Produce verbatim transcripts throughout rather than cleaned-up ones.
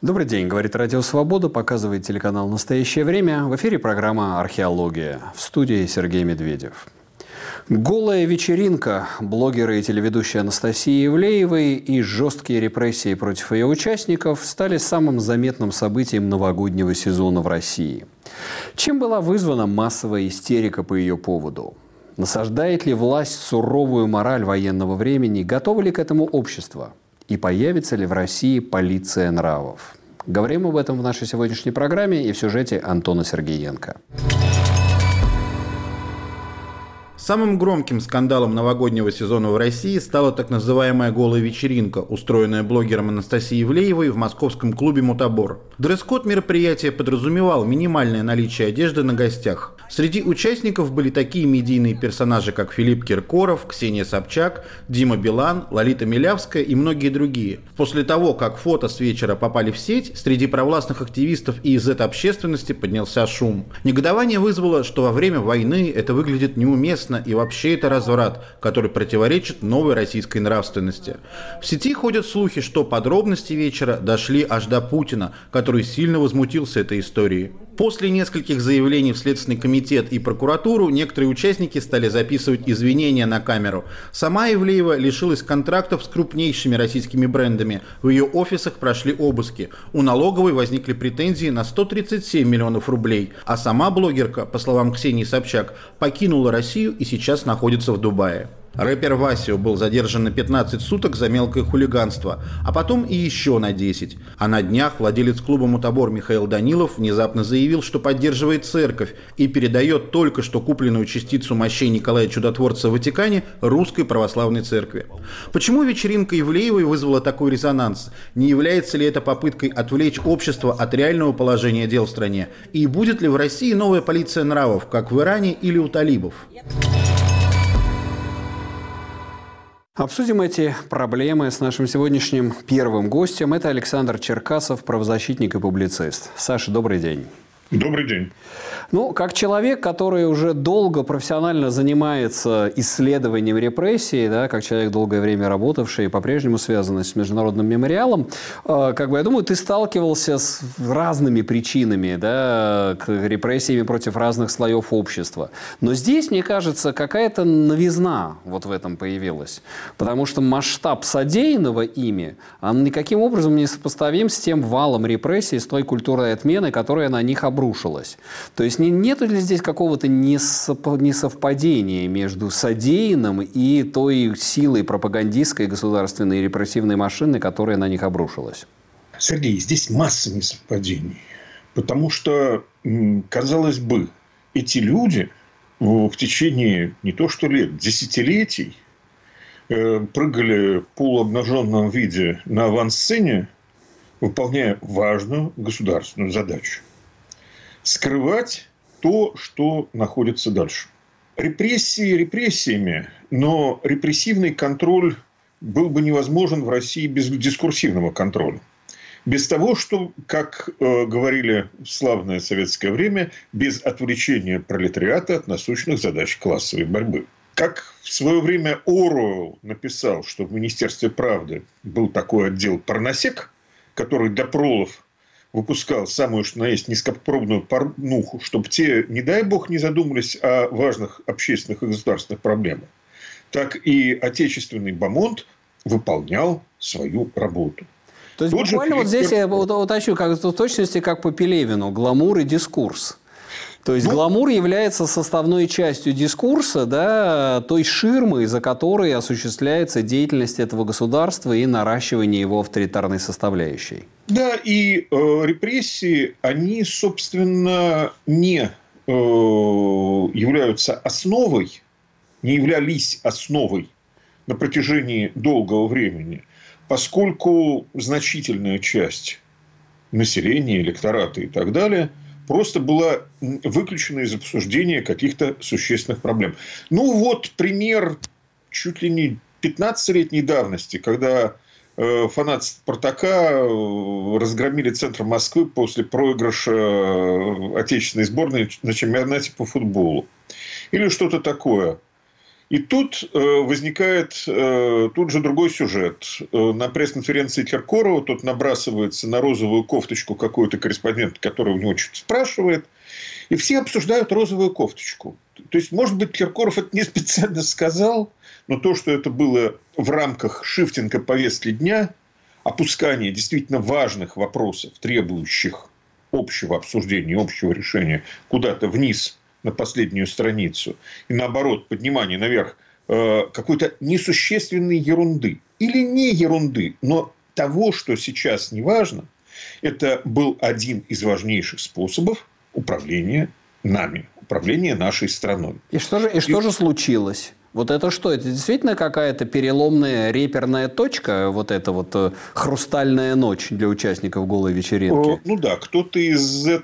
Добрый день, говорит Радио Свобода, показывает телеканал «Настоящее время». В эфире программа «Археология». В студии Сергей Медведев. Голая вечеринка блогера и телеведущей Анастасии Ивлеевой и жесткие репрессии против ее участников стали самым заметным событием новогоднего сезона в России. Чем была вызвана массовая истерика по ее поводу? Насаждает ли власть суровую мораль военного времени? Готово ли к этому общество? И появится ли в России полиция нравов? Говорим об этом в нашей сегодняшней программе и в сюжете Антона Сергеенко. Самым громким скандалом новогоднего сезона в России стала так называемая «голая вечеринка», устроенная блогером Анастасией Ивлеевой в московском клубе «Мутабор». Дресс-код мероприятия подразумевал минимальное наличие одежды на гостях. Среди участников были такие медийные персонажи, как Филипп Киркоров, Ксения Собчак, Дима Билан, Лолита Милявская и многие другие. После того, как фото с вечера попали в сеть, среди провластных активистов и зет-общественности поднялся шум. Негодование вызвало, что во время войны это выглядит неуместно, и вообще это разврат, который противоречит новой российской нравственности. В сети ходят слухи, что подробности вечера дошли аж до Путина, который сильно возмутился этой историей. После нескольких заявлений в Следственный комитет и прокуратуру некоторые участники стали записывать извинения на камеру. Сама Ивлеева лишилась контрактов с крупнейшими российскими брендами. В ее офисах прошли обыски. У налоговой возникли претензии на сто тридцать семь миллионов рублей. А сама блогерка, по словам Ксении Собчак, покинула Россию и сейчас находится в Дубае. Рэпер Васио был задержан на пятнадцать суток за мелкое хулиганство, а потом и еще на десять. А на днях владелец клуба «Мутабор» Михаил Данилов внезапно заявил, что поддерживает церковь и передает только что купленную частицу мощей Николая Чудотворца в Ватикане Русской Православной Церкви. Почему вечеринка Ивлеевой вызвала такой резонанс? Не является ли это попыткой отвлечь общество от реального положения дел в стране? И будет ли в России новая полиция нравов, как в Иране или у талибов? Обсудим эти проблемы с нашим сегодняшним первым гостем. Это Александр Черкасов, правозащитник и публицист. Саша, добрый день. Добрый день. Ну, как человек, который уже долго профессионально занимается исследованием репрессий, да, как человек, долгое время работавший и по-прежнему связанный с Международным мемориалом, э, как бы, я думаю, ты сталкивался с разными причинами, да, к репрессиями против разных слоев общества. Но здесь, мне кажется, какая-то новизна вот в этом появилась. Потому что масштаб содеянного ими, он никаким образом не сопоставим с тем валом репрессий, с той культурной отменой, которая на них обрушилась. То есть нет ли здесь какого-то несовпадения между содеянным и той силой пропагандистской, государственной и репрессивной машины, которая на них обрушилась? Сергей, здесь масса несовпадений. Потому что, казалось бы, эти люди в течение не то что лет, десятилетий прыгали в полуобнаженном виде на авансцене, выполняя важную государственную задачу. Скрывать то, что находится дальше. Репрессии репрессиями, но репрессивный контроль был бы невозможен в России без дискурсивного контроля. Без того, что, как э, говорили в славное советское время, без отвлечения пролетариата от насущных задач классовой борьбы. Как в свое время Оруэлл написал, что в Министерстве правды был такой отдел «Порносек», который до пролов выпускал самую, что на есть, низкопробную порнуху, чтобы те, не дай бог, не задумались о важных общественных и государственных проблемах, так и отечественный бомонд выполнял свою работу. То есть, Тот буквально вот здесь я уточню, как, в точности как по Пелевину, гламур и дискурс. То есть, ну, гламур является составной частью дискурса, да, той ширмы, за которой осуществляется деятельность этого государства и наращивание его авторитарной составляющей. Да, и э, репрессии, они, собственно, не э, являются основой, не являлись основой на протяжении долгого времени, поскольку значительная часть населения, электората и так далее просто была выключена из обсуждения каких-то существенных проблем. Ну, вот пример чуть ли не пятнадцатилетней давности, когда э, фанаты «Спартака» разгромили центр Москвы после проигрыша отечественной сборной на чемпионате по футболу. Или что-то такое. И тут возникает тут же другой сюжет. На пресс-конференции Киркорова тот набрасывается на розовую кофточку какой-то корреспондент, который у него что-то спрашивает. И все обсуждают розовую кофточку. То есть, может быть, Киркоров это не специально сказал, но то, что это было в рамках шифтинга повестки дня, опускания действительно важных вопросов, требующих общего обсуждения, общего решения, куда-то вниз на последнюю страницу, и наоборот, поднимание наверх э, какой-то несущественной ерунды. Или не ерунды, но того, что сейчас не важно, это был один из важнейших способов управления нами, управления нашей страной. И что же, и что и... же случилось? Вот это что? Это действительно какая-то переломная реперная точка, вот эта вот хрустальная ночь для участников голой вечеринки? Ну да, кто-то из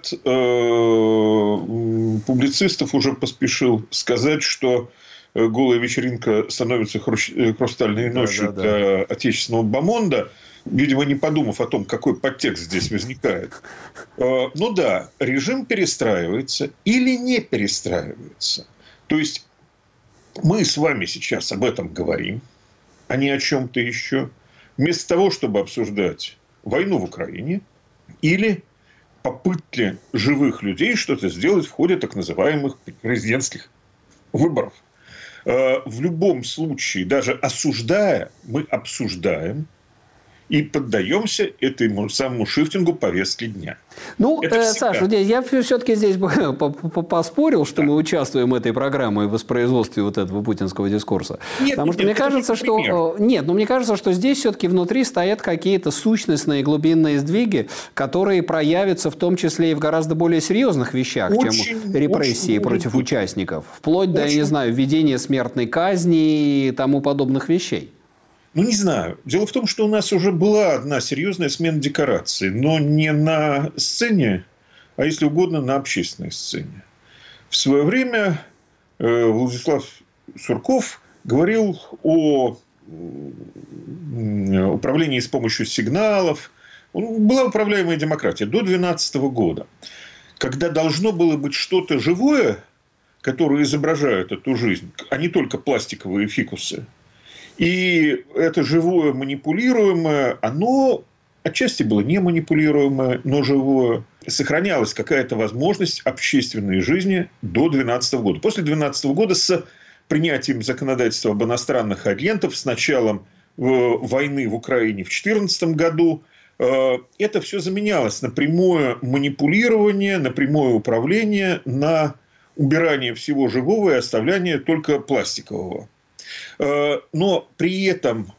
Z-публицистов уже поспешил сказать, что голая вечеринка становится хрустальной ночью да, да, для да. отечественного бомонда, видимо, не подумав о том, какой подтекст здесь возникает. Ну да, режим перестраивается или не перестраивается. То есть мы с вами сейчас об этом говорим, а не о чем-то еще, вместо того, чтобы обсуждать войну в Украине или попытки живых людей что-то сделать в ходе так называемых президентских выборов. В любом случае, даже осуждая, мы обсуждаем и поддаемся этому самому шифтингу повестки дня. Ну, э, Саша, я все-таки здесь поспорил, что да. мы участвуем в этой программе и в воспроизводстве вот этого путинского дискурса. Нет, Потому нет, что нет, мне кажется, что... Нет, но мне кажется, что здесь все-таки внутри стоят какие-то сущностные глубинные сдвиги, которые проявятся в том числе и в гораздо более серьезных вещах, очень, чем репрессии очень против очень, участников. Вплоть очень. до, я не знаю, введения смертной казни и тому подобных вещей. Ну, не знаю. Дело в том, что у нас уже была одна серьезная смена декораций, но не на сцене, а, если угодно, на общественной сцене. В свое время Владислав Сурков говорил о управлении с помощью сигналов. Была управляемая демократия до две тысячи двенадцатого года, когда должно было быть что-то живое, которое изображает эту жизнь, а не только пластиковые фикусы. И это живое манипулируемое, оно отчасти было не манипулируемое, но живое. Сохранялась какая-то возможность общественной жизни до две тысячи двенадцатого года. После две тысячи двенадцатого года с принятием законодательства об иностранных агентах, с началом войны в Украине в две тысячи четырнадцатом году, это все заменялось на прямое манипулирование, на прямое управление, на убирание всего живого и оставляние только пластикового. Но при этом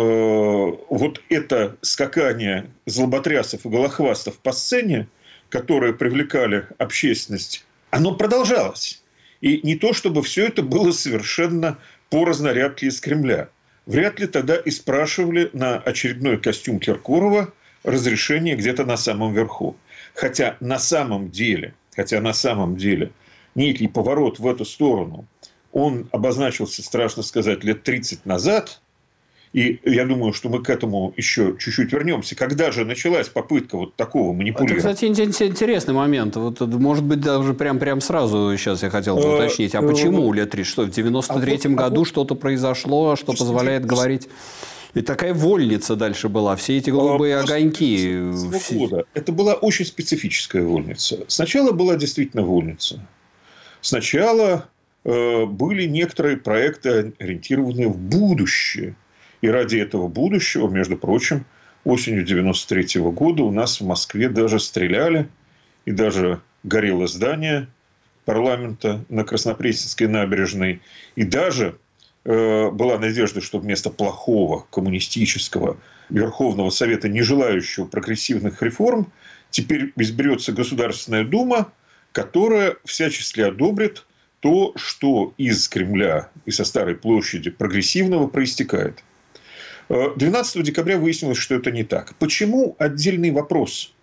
вот это скакание злоботрясов и голохвастов по сцене, которые привлекали общественность, оно продолжалось. И не то, чтобы все это было совершенно по разнарядке из Кремля. Вряд ли тогда и спрашивали на очередной костюм Киркорова разрешение где-то на самом верху. Хотя на самом деле, хотя на самом деле некий поворот в эту сторону, он обозначился, страшно сказать, лет тридцать назад. И я думаю, что мы к этому еще чуть-чуть вернемся. Когда же началась попытка вот такого манипулирования? Это, кстати, интересный момент. Вот, может быть, даже прям, прям сразу сейчас я хотел бы уточнить. А почему лет тридцать? Что, в девяносто третьем году что-то произошло, что позволяет говорить... И такая вольница дальше была. Все эти голубые огоньки. Года. Это была очень специфическая вольница. Сначала была действительно вольница. Сначала э, были некоторые проекты, ориентированные в будущее. И ради этого будущего, между прочим, осенью девяносто третьего года у нас в Москве даже стреляли. И даже горело здание парламента на Краснопресненской набережной. И даже... была надежда, что вместо плохого коммунистического Верховного Совета, не желающего прогрессивных реформ, теперь изберется Государственная Дума, которая всячески одобрит то, что из Кремля и со Старой площади прогрессивного проистекает. двенадцатого декабря выяснилось, что это не так. Почему? Отдельный вопрос.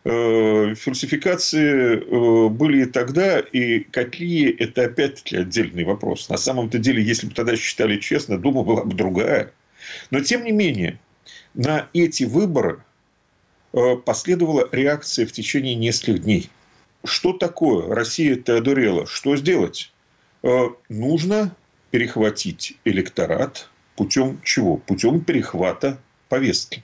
Фальсификации были и тогда, и какие, это опять-таки отдельный вопрос. На самом-то деле, если бы тогда считали честно, Дума была бы другая. Но, тем не менее, на эти выборы последовала реакция в течение нескольких дней. Что такое? Россия-то одурела. Что сделать? Нужно перехватить электорат путем чего? Путем перехвата повестки.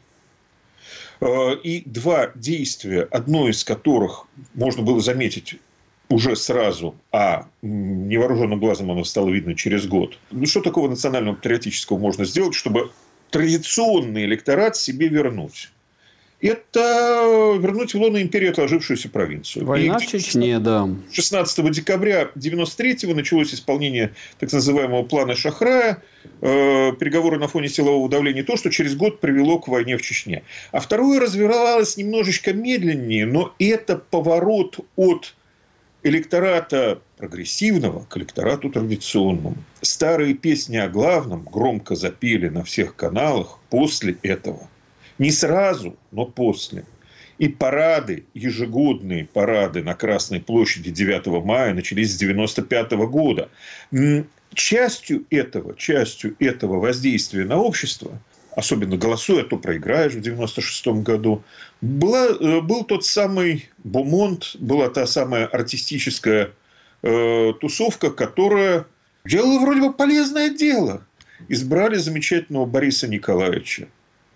И два действия, одно из которых можно было заметить уже сразу, а невооруженным глазом оно стало видно через год. Ну, что такого национального патриотического можно сделать, чтобы традиционный электорат себе вернуть? Это вернуть в лоно империи отложившуюся провинцию. Война в Чечне, да. шестнадцатого декабря девяносто третьего началось исполнение так называемого плана Шахрая, э, переговоры на фоне силового давления, то, что через год привело к войне в Чечне. А второе развивалось немножечко медленнее, но это поворот от электората прогрессивного к электорату традиционному. Старые песни о главном громко запели на всех каналах после этого. Не сразу, но после. И парады, ежегодные парады на Красной площади девятого мая начались с девяносто пятого года. Частью этого, частью этого воздействия на общество, особенно голосуя, то проиграешь в девяносто шестом году, была, был тот самый бомонд, была та самая артистическая э, тусовка, которая делала вроде бы полезное дело. Избрали замечательного Бориса Николаевича.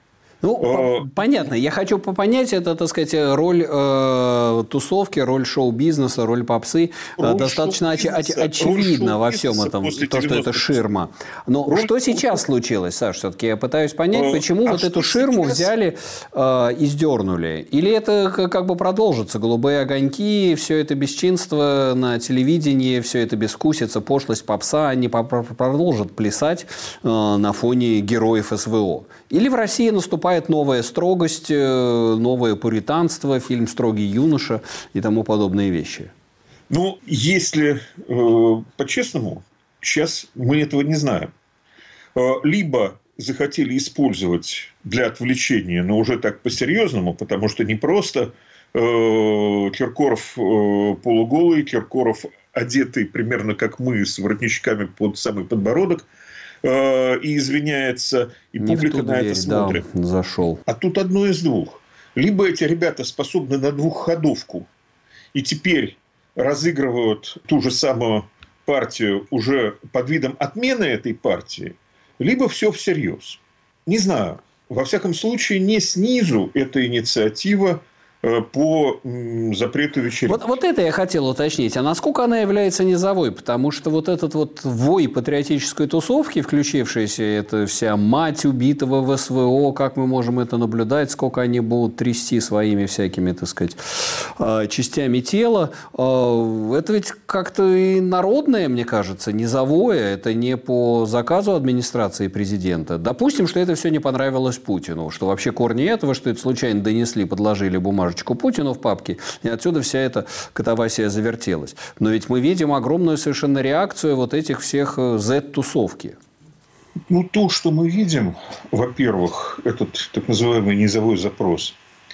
Ну, э... понятно. Я хочу понять, это, так сказать, роль э, тусовки, роль шоу-бизнеса, роль попсы. Роль достаточно оч- оч- очевидно во всем этом, то, что это ширма. Но роль что сейчас случилось, Саш? Все-таки я пытаюсь понять, э... почему а вот эту ширму сейчас... взяли э, и сдернули. Или это как бы продолжится? Голубые огоньки, все это бесчинство на телевидении, все это бескусица, пошлость, попса, они продолжат плясать э, на фоне героев СВО. Или в России наступает новая строгость, новое пуританство, фильм «Строгий юноша» и тому подобные вещи? Ну, если э, по-честному, сейчас мы этого не знаем. Э, либо захотели использовать для отвлечения, но уже так по-серьезному, потому что не просто э, Киркоров э, полуголый, Киркоров одетый примерно как мы, с воротничками под самый подбородок, и извиняется, и не публика на дверь, это смотрит. Да, зашел. А тут одно из двух. Либо эти ребята способны на двухходовку, и теперь разыгрывают ту же самую партию уже под видом отмены этой партии, либо все всерьез. Не знаю. Во всяком случае, не снизу эта инициатива по запрету вечеринок. Вот, вот это я хотел уточнить. А насколько она является низовой? Потому что вот этот вот вой патриотической тусовки, включившаяся, это вся мать убитого в СВО, как мы можем это наблюдать, сколько они будут трясти своими всякими, так сказать, частями тела. Это ведь как-то и народное, мне кажется, низовое. Это не по заказу администрации президента. Допустим, что это все не понравилось Путину, что вообще корни этого, что это случайно донесли, подложили бумажку Путину в папке, и отсюда вся эта катавасия завертелась. Но ведь мы видим огромную совершенно реакцию вот этих всех Z-тусовки. Ну, то, что мы видим, во-первых, этот так называемый низовой запрос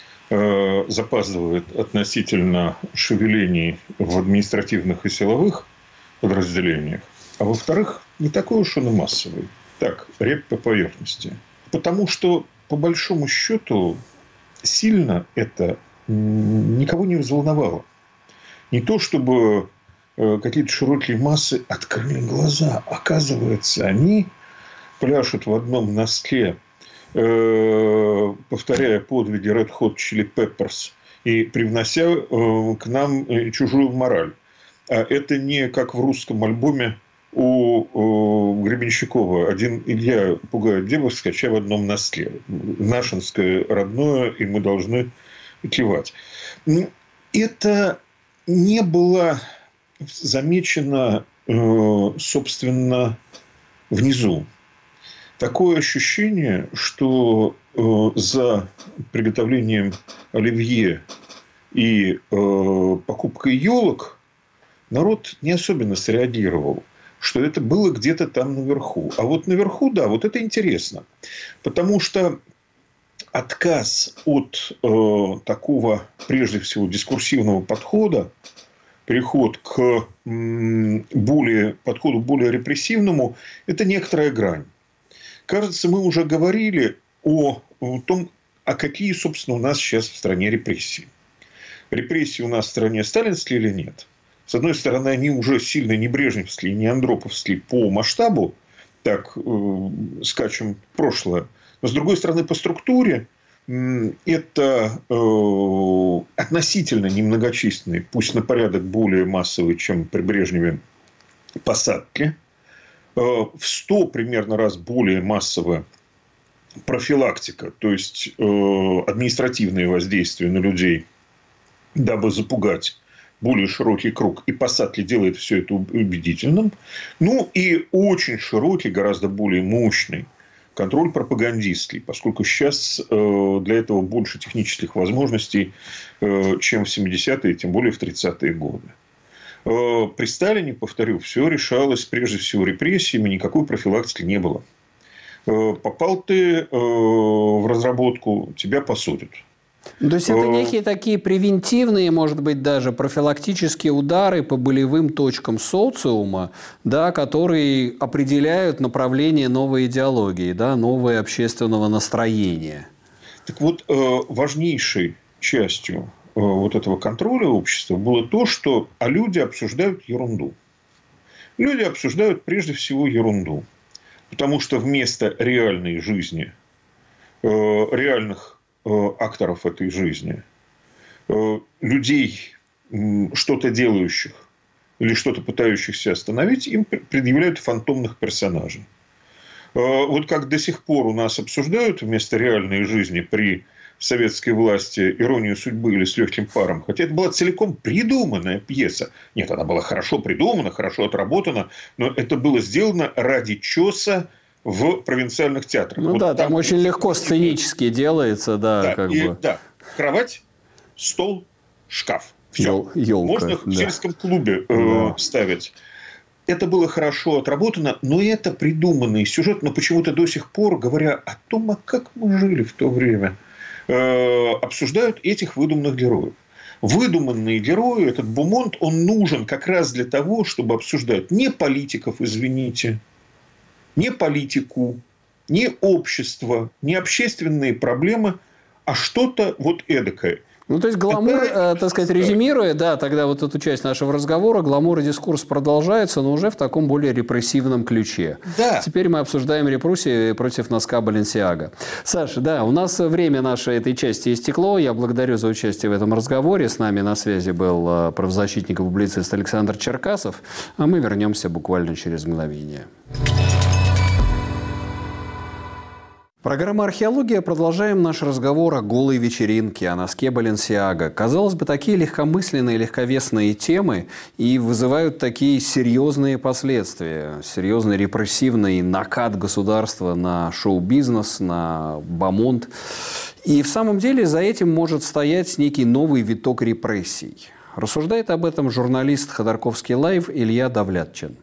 э, запаздывает относительно шевелений в административных и силовых подразделениях, а во-вторых, не такой уж он и массовый. Так, реп по поверхности. Потому что, по большому счету, сильно это никого не взволновало. Не то, чтобы какие-то широкие массы открыли глаза. Оказывается, они пляшут в одном носке, повторяя подвиги Red Hot Chili Peppers и привнося к нам чужую мораль. А это не как в русском альбоме у Гребенщикова «Один Илья пугает девок, скача в одном носке». Нашинское родное, и мы должны кивать. Это не было замечено, собственно, внизу. Такое ощущение, что за приготовлением оливье и покупкой елок народ не особенно среагировал, что это было где-то там наверху. А вот наверху, да, вот это интересно. Потому что отказ от э, такого, прежде всего, дискурсивного подхода, переход к м, более, подходу более репрессивному, это некоторая грань. Кажется, мы уже говорили о, о том, а какие, собственно, у нас сейчас в стране репрессии. Репрессии у нас в стране сталинские или нет? С одной стороны, они уже сильно не брежневские, не андроповские по масштабу, так э, скачем в прошлое. Но, с другой стороны, по структуре э, это э, относительно немногочисленные, пусть на порядок более массовые, чем при Брежневе, посадки. Э, в сто примерно раз более массовая профилактика, то есть э, административные воздействия на людей, дабы запугать более широкий круг, и посадки делает все это убедительным. Ну, и очень широкий, гораздо более мощный контроль пропагандистский, поскольку сейчас э, для этого больше технических возможностей, э, чем в семидесятые, тем более в тридцатые годы. Э, при Сталине, повторю, все решалось прежде всего репрессиями, никакой профилактики не было. Э, попал ты э, в разработку, тебя посадят. То есть, это некие такие превентивные, может быть, даже профилактические удары по болевым точкам социума, да, которые определяют направление новой идеологии, да, нового общественного настроения. Так вот, важнейшей частью вот этого контроля общества было то, что а люди обсуждают ерунду. Люди обсуждают прежде всего ерунду. Потому что вместо реальной жизни, реальных акторов этой жизни, людей, что-то делающих или что-то пытающихся остановить, им предъявляют фантомных персонажей. Вот как до сих пор у нас обсуждают вместо реальной жизни при советской власти «Иронию судьбы» или «С легким паром», хотя это была целиком придуманная пьеса. Нет, она была хорошо придумана, хорошо отработана, но это было сделано ради чёса в провинциальных театрах. Ну вот да, там, там очень легко сценически делается, да, да, как и, бы. Да, кровать, стол, шкаф. Все. Ёлка, можно в да. сельском клубе э, да. ставить. Это было хорошо отработано, но это придуманный сюжет, но почему-то до сих пор, говоря о том, а как мы жили в то время, э, обсуждают этих выдуманных героев. Выдуманные герои, этот Бумонт, он нужен как раз для того, чтобы обсуждать не политиков, извините, не политику, не общество, не общественные проблемы, а что-то вот эдакое. Ну, то есть, гламур, это, э, так сказать, резюмируя, да, тогда вот эту часть нашего разговора, гламур и дискурс продолжается, но уже в таком более репрессивном ключе. Да. Теперь мы обсуждаем репрессии против носка Баленсиага. Саша, да, у нас время нашей этой части истекло. Я благодарю за участие в этом разговоре. С нами на связи был правозащитник и публицист Александр Черкасов. А мы вернемся буквально через мгновение. Программа «Археология». Продолжаем наш разговор о голой вечеринке, о носке Баленсиага. Казалось бы, такие легкомысленные, легковесные темы и вызывают такие серьезные последствия. Серьезный репрессивный накат государства на шоу-бизнес, на бомонд. И в самом деле за этим может стоять некий новый виток репрессий. Рассуждает об этом журналист Ходорковский лайв Илья Давлятчин.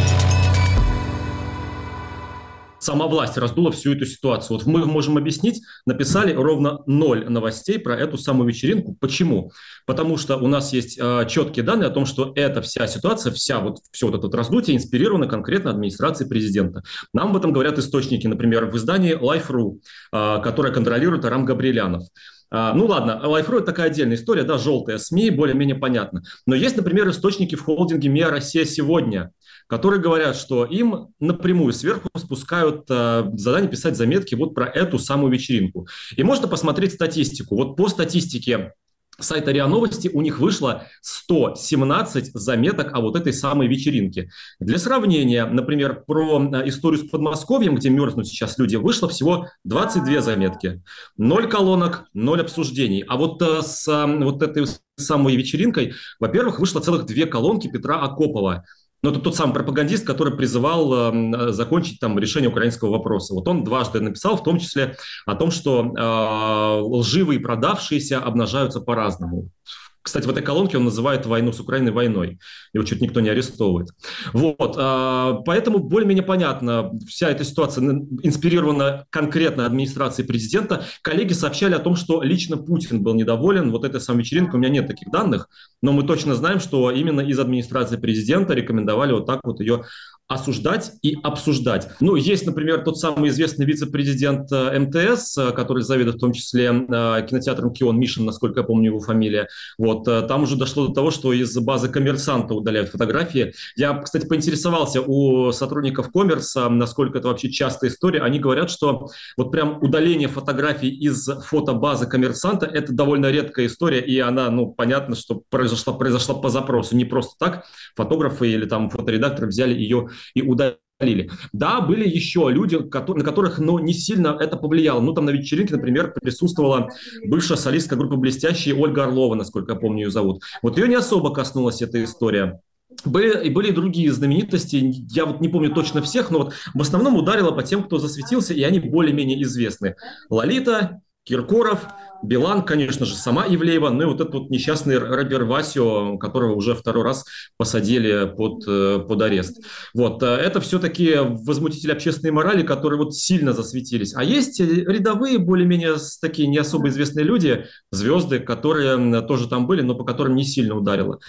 Сама власть раздула всю эту ситуацию. Вот мы можем объяснить, написали ровно ноль новостей про эту самую вечеринку. Почему? Потому что у нас есть э, четкие данные о том, что эта вся ситуация, вся вот, все вот это вот раздутие инспирировано конкретно администрацией президента. Нам об этом говорят источники, например, в издании Life точка ру, э, которое контролирует Арам Габрилянов. А, ну ладно, Life точка ру – это такая отдельная история, да, желтая СМИ, более-менее понятно. Но есть, например, источники в холдинге МИА «Россия сегодня», которые говорят, что им напрямую сверху спускают э, задание писать заметки вот про эту самую вечеринку. И можно посмотреть статистику. Вот по статистике сайта РИА Новости у них вышло сто семнадцать заметок о вот этой самой вечеринке. Для сравнения, например, про историю с Подмосковьем, где мерзнут сейчас люди, вышло всего двадцать две заметки. Ноль колонок, ноль обсуждений. А вот э, с э, вот этой самой вечеринкой, во-первых, вышло целых две колонки Петра Акопова. Но это тот самый пропагандист, который призывал э, закончить там решение украинского вопроса. Вот он дважды написал, в том числе о том, что э, лживые и продавшиеся обнажаются по-разному. Кстати, в этой колонке он называет войну с Украиной войной. Его чуть никто не арестовывает. Вот. Поэтому более-менее понятно. Вся эта ситуация инспирирована конкретно администрацией президента. Коллеги сообщали о том, что лично Путин был недоволен вот этой самой вечеринкой. У меня нет таких данных, но мы точно знаем, что именно из администрации президента рекомендовали вот так вот ее осуждать и обсуждать. Ну, есть, например, тот самый известный вице-президент эм тэ эс, который заведует в том числе кинотеатром «Кион», Мишин, насколько я помню его фамилия. Вот, там уже дошло до того, что из базы «Коммерсанта» удаляют фотографии. Я, кстати, поинтересовался у сотрудников «Коммерса», насколько это вообще частая история. Они говорят, что вот прям удаление фотографий из фотобазы «Коммерсанта» — это довольно редкая история, и она, ну, понятно, что произошла, произошла по запросу. Не просто так фотографы или там фоторедакторы взяли ее и удалили. Да, были еще люди, на которых, ну, не сильно это повлияло. Ну, там на вечеринке, например, присутствовала бывшая солистка группы «Блестящие» Ольга Орлова, насколько я помню ее зовут. Вот ее не особо коснулась эта история. Были, и были и другие знаменитости, я вот не помню точно всех, но вот в основном ударило по тем, кто засветился, и они более-менее известны. Лолита, Киркоров, Билан, конечно же, сама Ивлеева, ну и вот этот вот несчастный рэпер Васио, которого уже второй раз посадили под, под арест. Вот, это все-таки возмутители общественной морали, которые вот сильно засветились. А есть рядовые, более-менее такие не особо известные люди, звезды, которые тоже там были, но по которым не сильно ударило.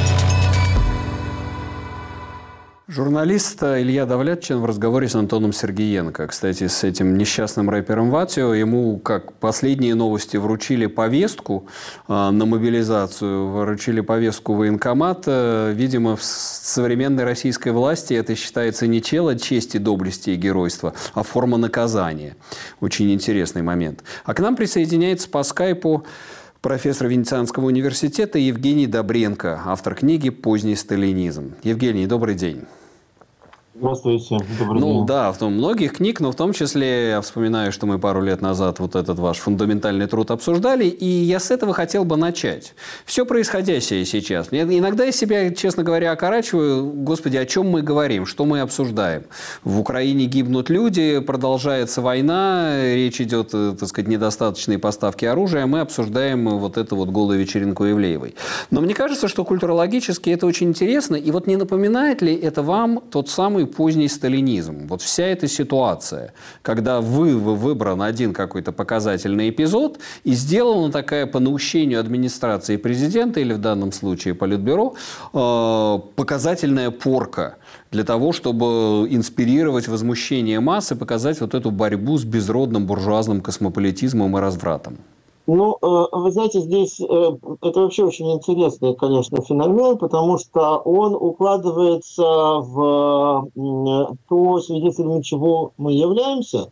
Журналист Илья Давлетчин в разговоре с Антоном Сергеенко. Кстати, с этим несчастным рэпером Ватио ему, как последние новости, вручили повестку э, на мобилизацию, вручили повестку в военкомат. Э, видимо, в современной российской власти это считается не чело чести, доблести и геройства, а форма наказания. Очень интересный момент. А к нам присоединяется по скайпу профессор Венецианского университета Евгений Добренко, автор книги «Поздний сталинизм». Евгений, добрый день. Здравствуйте. Добрый ну день. да, в том многих книг, но в том числе я вспоминаю, что мы пару лет назад вот этот ваш фундаментальный труд обсуждали, и я с этого хотел бы начать. Все происходящее сейчас. Иногда я себя, честно говоря, окорачиваю, господи, о чем мы говорим, что мы обсуждаем. В Украине гибнут люди, продолжается война, речь идет, так сказать, недостаточные поставки оружия, а мы обсуждаем вот эту вот голую вечеринку Ивлеевой. Но мне кажется, что культурологически это очень интересно, и вот не напоминает ли это вам тот самый поздний сталинизм. Вот вся эта ситуация, когда вы, вы выбран один какой-то показательный эпизод и сделана такая по наущению администрации президента или в данном случае Политбюро э, показательная порка для того, чтобы инспирировать возмущение масс и показать вот эту борьбу с безродным буржуазным космополитизмом и развратом. Ну, вы знаете, здесь это вообще очень интересный, конечно, феномен, потому что он укладывается в то, свидетелями чего мы являемся.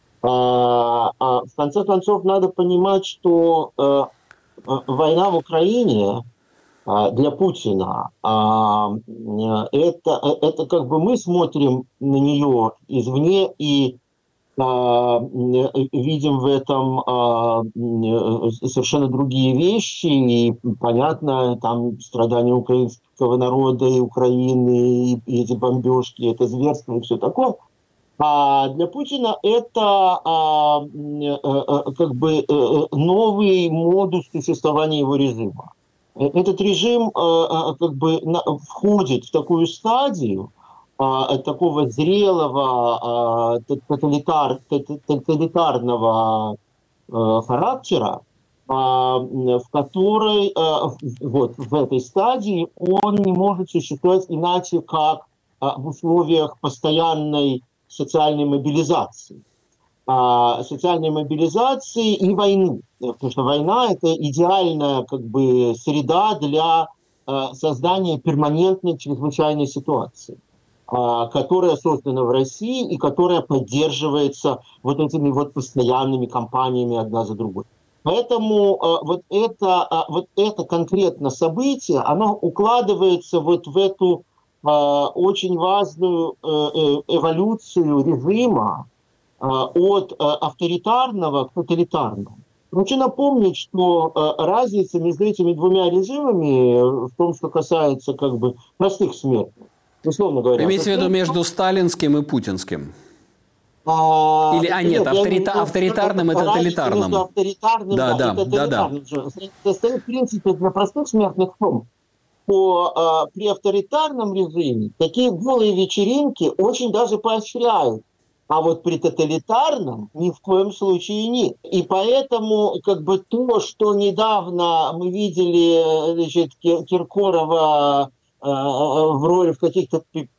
В конце концов, надо понимать, что война в Украине для Путина, это, это как бы мы смотрим на нее извне и видим в этом совершенно другие вещи, и понятно, там страдания украинского народа и Украины, и эти бомбежки, это зверство и все такое. А для Путина это как бы новый модус существования его режима. Этот режим как бы входит в такую стадию такого зрелого тоталитар, тоталитарного характера, в которой вот в этой стадии он не может существовать иначе, как в условиях постоянной социальной мобилизации. Социальной мобилизации и войны. Потому что война – это идеальная как бы среда для создания перманентной чрезвычайной ситуации, которая создана в России и которая поддерживается вот этими вот постоянными кампаниями одна за другой. Поэтому вот это, вот это конкретно событие, оно укладывается вот в эту очень важную эволюцию режима от авторитарного к тоталитарному. Хочу напомнить, что разница между этими двумя режимами в том, что касается как бы простых смертных, условно говоря. Имеете в виду между сталинским и путинским? А, Или, а нет, нет авторита- авторитарным и тоталитарным. Между авторитарным да, да, и тоталитарным. Да, да. Состоит в принципе для простых смертных в том, что а, при авторитарном режиме такие голые вечеринки очень даже поощряют. А вот при тоталитарном ни в коем случае нет. И поэтому как бы то, что недавно мы видели, значит, Киркорова в роли в каких-то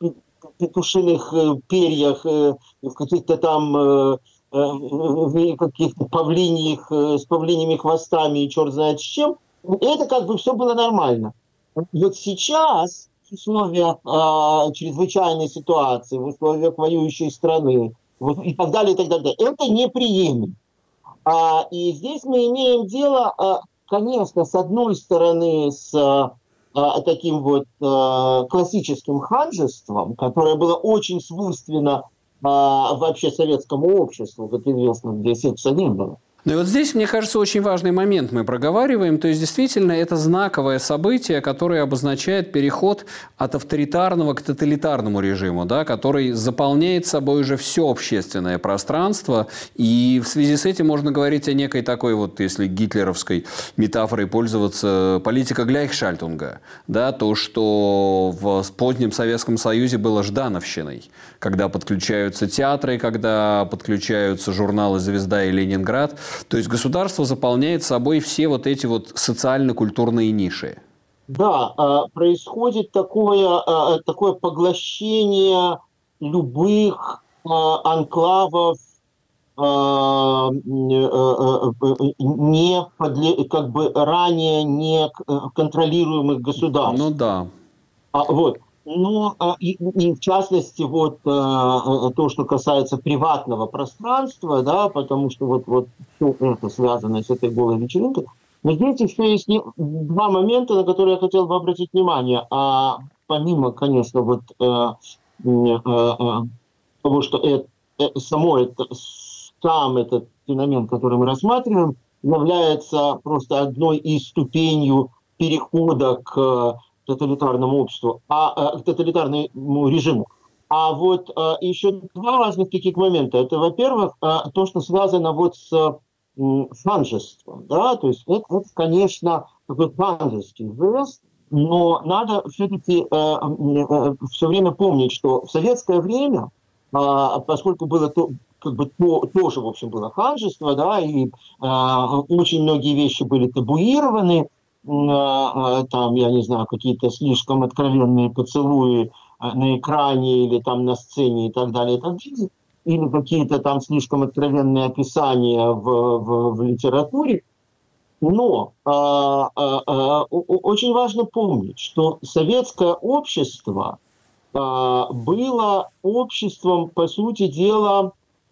петушиных перьях, в каких-то там каких-то павлиньих, с павлиньими хвостами и черт знает с чем. Это как бы все было нормально. Вот сейчас в условиях э, чрезвычайной ситуации, в условиях воюющей страны вот, и так далее, и так далее, это неприемлемо. А, и здесь мы имеем дело, э, конечно, с одной стороны, с э, таким вот э, классическим ханжеством, которое было очень свойственно э, вообще советскому обществу, как известно, где секса не было. Ну и вот здесь, мне кажется, очень важный момент мы проговариваем. То есть, действительно, это знаковое событие, которое обозначает переход от авторитарного к тоталитарному режиму, да, который заполняет собой уже все общественное пространство. И в связи с этим можно говорить о некой такой вот, если гитлеровской метафорой пользоваться, политика Гляйхшальтунга. Да, то, что в позднем Советском Союзе было ждановщиной, когда подключаются театры, когда подключаются журналы «Звезда» и «Ленинград». То есть государство заполняет собой все вот эти вот социально-культурные ниши. Да, происходит такое, такое поглощение любых анклавов, не подле, как бы ранее не контролируемых государств. Ну да. Вот. Но и, и в частности вот то, что касается приватного пространства, да, потому что вот, вот все это связано с этой голой вечеринкой. Но здесь еще есть два момента, на которые я хотел бы обратить внимание. А помимо, конечно, вот э, э, э, того, что это, э, само это, сам этот феномен, который мы рассматриваем, является просто одной из ступеней перехода к тоталитарному обществу, а, к тоталитарному режиму. А вот а, еще два важных таких момента. Это, во-первых, а, то, что связано вот с м, ханжеством. Да? То есть это, это, конечно, такой ханжеский жест, но надо все-таки а, а, все время помнить, что в советское время, а, поскольку было то, как бы то, тоже, в общем, было ханжество, да, и а, очень многие вещи были табуированы, там, я не знаю, какие-то слишком откровенные поцелуи на экране или там на сцене и так далее, и так далее, или какие-то там слишком откровенные описания в, в, в литературе. Но а, а, а, очень важно помнить, что советское общество а, было обществом, по сути дела,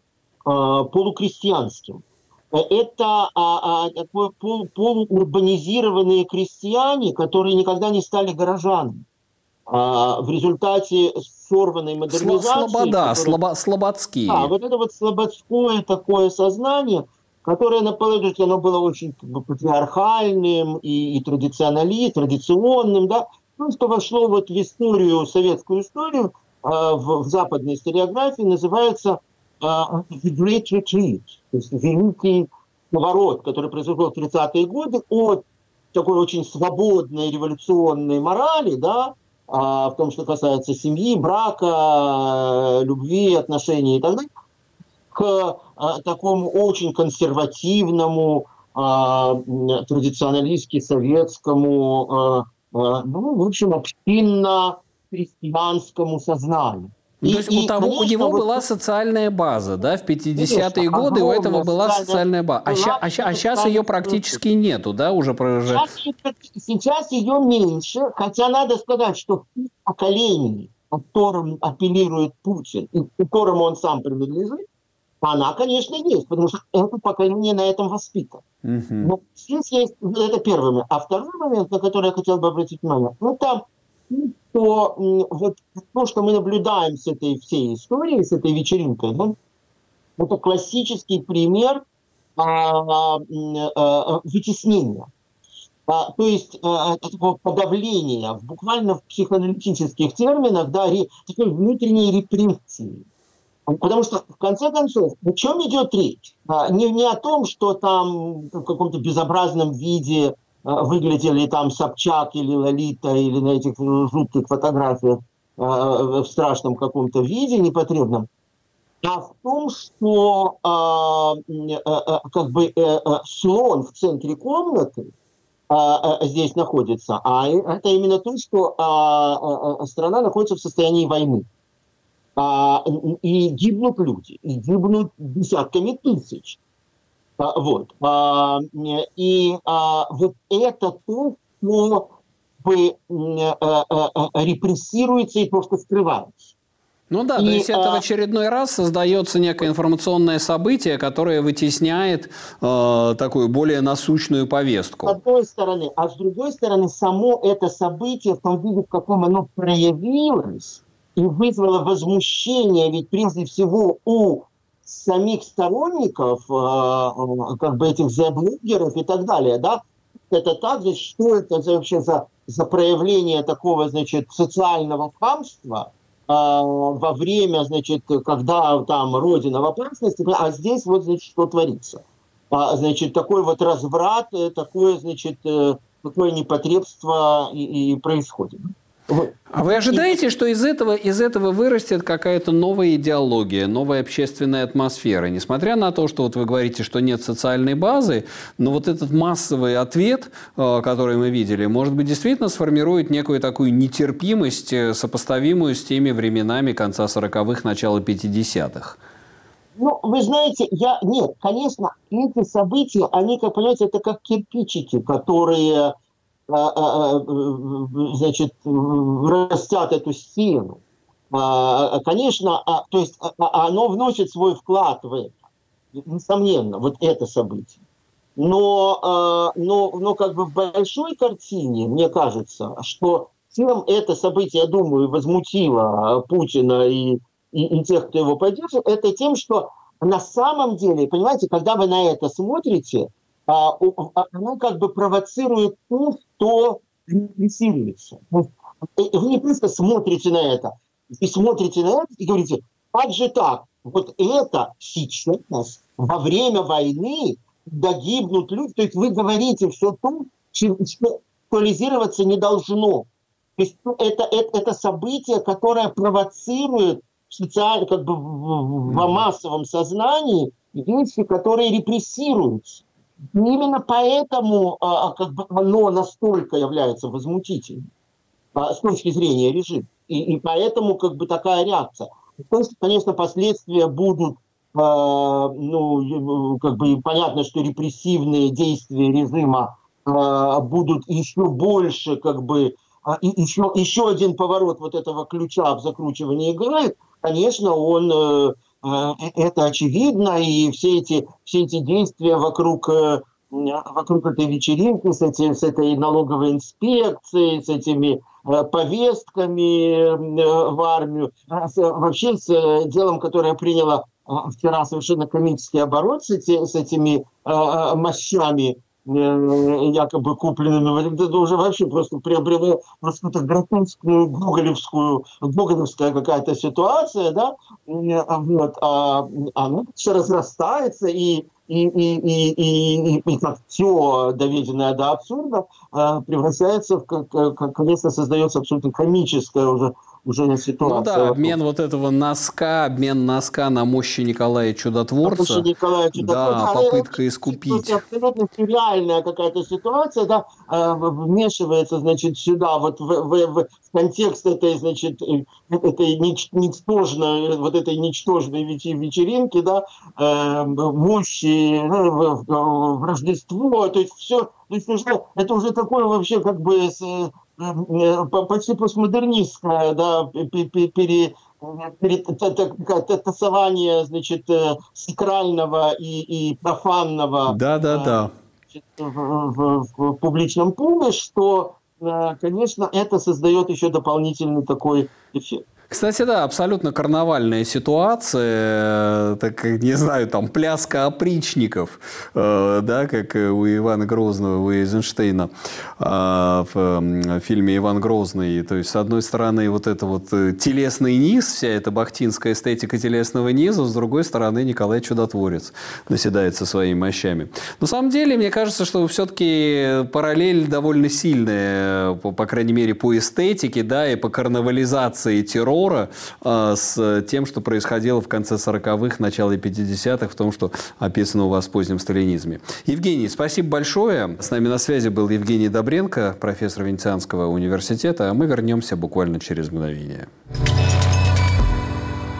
а, полукрестьянским. Это а, а, такое пол, полуурбанизированные крестьяне, которые никогда не стали горожанами. А, в результате сорванной модернизации... Слобода, которая... слобо, слободские. Да, вот это вот слободское такое сознание, которое, на положение, оно было очень как бы, патриархальным и, и традиционали, традиционным, да, просто вошло вот в историю, советскую историю, а, в, в западной историографии, называется The Great Retreat, то есть великий поворот, который произошел в тридцатые годы от такой очень свободной революционной морали, да, в том, что касается семьи, брака, любви, отношений и так далее, к такому очень консервативному, традиционалистски советскому, ну, в общем, общинно-христианскому сознанию. Ну, И, то есть и, у, того, конечно, у него вот... была социальная база, да, в пятидесятые Конечно, годы у этого была социальная... социальная база. А, ща, а, ща, а сейчас ее практически нету, да, уже уже... Сейчас, сейчас ее меньше, хотя надо сказать, что в поколении, которым апеллирует Путин, и к которому он сам принадлежит, она, конечно, есть, потому что это поколение на этом воспитано. Угу. Но здесь есть, это первый момент. А второй момент, на который я хотел бы обратить внимание, это то, вот, то, что мы наблюдаем с этой всей историей, с этой вечеринкой, да, это классический пример а, а, вытеснения. А, то есть а, такого подавления, буквально в психоаналитических терминах, да, ре, такой внутренней репрессии. Потому что, в конце концов, о чем идет речь? А, не, не о том, что там в каком-то безобразном виде выглядели там Собчак или Лолита, или на этих жутких фотографиях э, в страшном каком-то виде непотребном, а в том, что э, э, э, как бы э, э, слон в центре комнаты э, э, здесь находится, а это именно то, что э, э, страна находится в состоянии войны. А, и гибнут люди, и гибнут десятками тысяч. А, вот. А, и а, вот это то, что бы, а, а, а, репрессируется и просто скрывается. Ну да, и, то есть это а... в очередной раз создается некое информационное событие, которое вытесняет э, такую более насущную повестку. С одной стороны. А с другой стороны, само это событие в том виде, в каком оно проявилось и вызвало возмущение, ведь прежде всего у самих сторонников э, как бы этих зет-блогеров и так далее, да, это также, что это вообще за, за проявление такого, значит, социального хамства, во время, значит, когда там Родина в опасности, а здесь вот, значит, что творится. Значит, такой вот разврат, такое, значит, такое непотребство и, и происходит. Вот. А вы ожидаете, что из этого, из этого вырастет какая-то новая идеология, новая общественная атмосфера? Несмотря на то, что вот вы говорите, что нет социальной базы, но вот этот массовый ответ, который мы видели, может быть, действительно сформирует некую такую нетерпимость, сопоставимую с теми временами конца сороковых, начала пятидесятых? Ну, вы знаете, я... Нет, конечно, эти события, они, как понимаете, это как кирпичики, которые... значит, растят эту стену. Конечно, то есть оно вносит свой вклад в это. Несомненно, вот это событие. Но, но, но как бы в большой картине, мне кажется, что тем это событие, я думаю, возмутило Путина и, и, и тех, кто его поддерживает, это тем, что на самом деле, понимаете, когда вы на это смотрите, оно как бы провоцирует то, кто репрессируется. Вы не просто смотрите на это, вы смотрите на это и говорите, как же так? Вот это сейчас, во время войны, когда гибнут люди, то есть вы говорите все то, что актуализироваться не должно. То есть это, это, это событие, которое провоцирует социально, как бы в, в массовом сознании вещи, которые репрессируются. Именно поэтому а, как бы оно настолько является возмутительным а, с точки зрения режима. И, и поэтому как бы такая реакция. То есть, конечно, последствия будут, а, ну, как бы понятно, что репрессивные действия режима а, будут еще больше, как бы, а, и еще, еще один поворот вот этого ключа в закручивании играет. Конечно, он... Это очевидно, и все эти, все эти действия вокруг, вокруг этой вечеринки, с, эти, с этой налоговой инспекцией, с этими повестками в армию, вообще с делом, которое приняло вчера совершенно комический оборот с, эти, с этими мощами, якобы купленными, это уже вообще просто приобрело просто какую-то гротескную гоголевскую, гоголевская какая-то ситуация, да, вот, а она все разрастается, и, и, и, и, и, и, и как все доведенное до абсурда превращается в, как, как, конечно, создается абсолютно комическая уже уже ситуация. Ну да, обмен вот этого носка, обмен носка на мощи Николая Чудотворца. Мощи Николая Чудотворца. Да, попытка искупить. Абсолютно сюрреальная какая-то ситуация, да, вмешивается, значит, сюда, вот в, в, в контекст этой, значит, этой ничтожной, вот этой ничтожной вечеринки, да, мощи, в Рождество, то есть все, то есть уже, это уже такое вообще как бы почти постмодернистское, да, пере, пере, тасование, значит, сакрального и, и профанного да, да, да. В, в, в публичном поле, что, конечно, это создает еще дополнительный такой эффект. Кстати, да, абсолютно карнавальная ситуация, так, не знаю, там, пляска опричников, э, да, как у Ивана Грозного, у Эйзенштейна э, в фильме «Иван Грозный». То есть, с одной стороны, вот это вот телесный низ, вся эта бахтинская эстетика телесного низа, с другой стороны, Николай Чудотворец наседает со своими мощами. На самом деле, мне кажется, что все-таки параллель довольно сильная, по, по крайней мере, по эстетике, да, и по карнавализации террора, с тем, что происходило в конце сороковых, начале пятидесятых, в том, что описано у вас в позднем сталинизме. Евгений, спасибо большое. С нами на связи был Евгений Добренко, профессор Венецианского университета. А мы вернемся буквально через мгновение.